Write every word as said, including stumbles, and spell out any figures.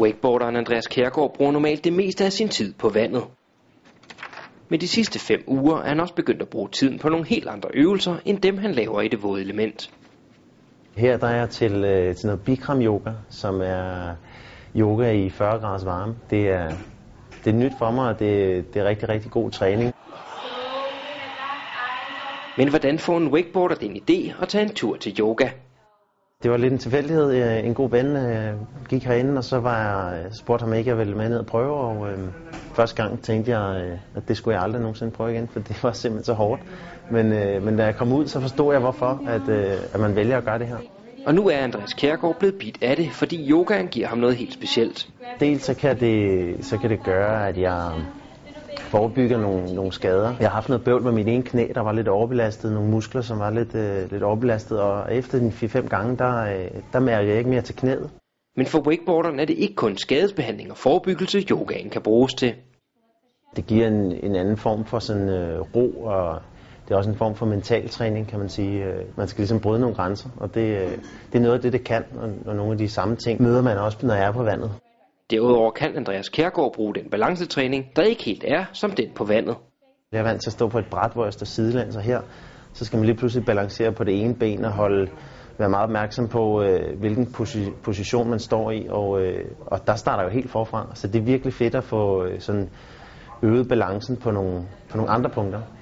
Wakeboarderen Andreas Kjærgaard bruger normalt det meste af sin tid på vandet. Men de sidste fem uger er han også begyndt at bruge tiden på nogle helt andre øvelser, end dem han laver i det våde element. Her der er jeg til, øh, til noget Bikram yoga, som er yoga i fyrre graders varme. Det er, det er nyt for mig, og det, det er rigtig, rigtig god træning. Men hvordan får en wakeboarder den idé at tage en tur til yoga? Det var lidt en tilfældighed. En god ven øh, gik herinde, og så var jeg spurgte ham ikke, jeg ville med ned og prøve. Og øh, første gang tænkte jeg, øh, at det skulle jeg aldrig nogensinde prøve igen, for det var simpelthen så hårdt. Men, øh, men da jeg kom ud, så forstod jeg hvorfor, at, øh, at man vælger at gøre det her. Og nu er Andreas Kjærgaard blevet bidt af det, fordi yogaen giver ham noget helt specielt. Dels så kan det, så kan det gøre, at jeg forebygger nogle, nogle skader. Jeg har haft noget bøvl med mit ene knæ, der var lidt overbelastet, nogle muskler, som var lidt, øh, lidt overbelastet, og efter de fire fem gange, der, øh, der mærker jeg ikke mere til knæet. Men for wakeboarderen er det ikke kun skadesbehandling og forebyggelse, yogaen kan bruges til. Det giver en, en anden form for sådan, øh, ro, og det er også en form for mental træning, kan man sige. Man skal ligesom bryde nogle grænser, og det, øh, det er noget af det, det kan, og, og nogle af de samme ting møder man også, når jeg er på vandet. Derudover kan Andreas Kjærgaard bruge den balancetræning, der ikke helt er som den på vandet. Jeg er vant til at stå på et bræt, hvor jeg står sidelæns, og her så skal man lige pludselig balancere på det ene ben og holde, være meget opmærksom på, øh, hvilken posi- position man står i, og, øh, og der starter jo helt forfra. Så det er virkelig fedt at få øh, sådan øget balancen på nogle, på nogle andre punkter.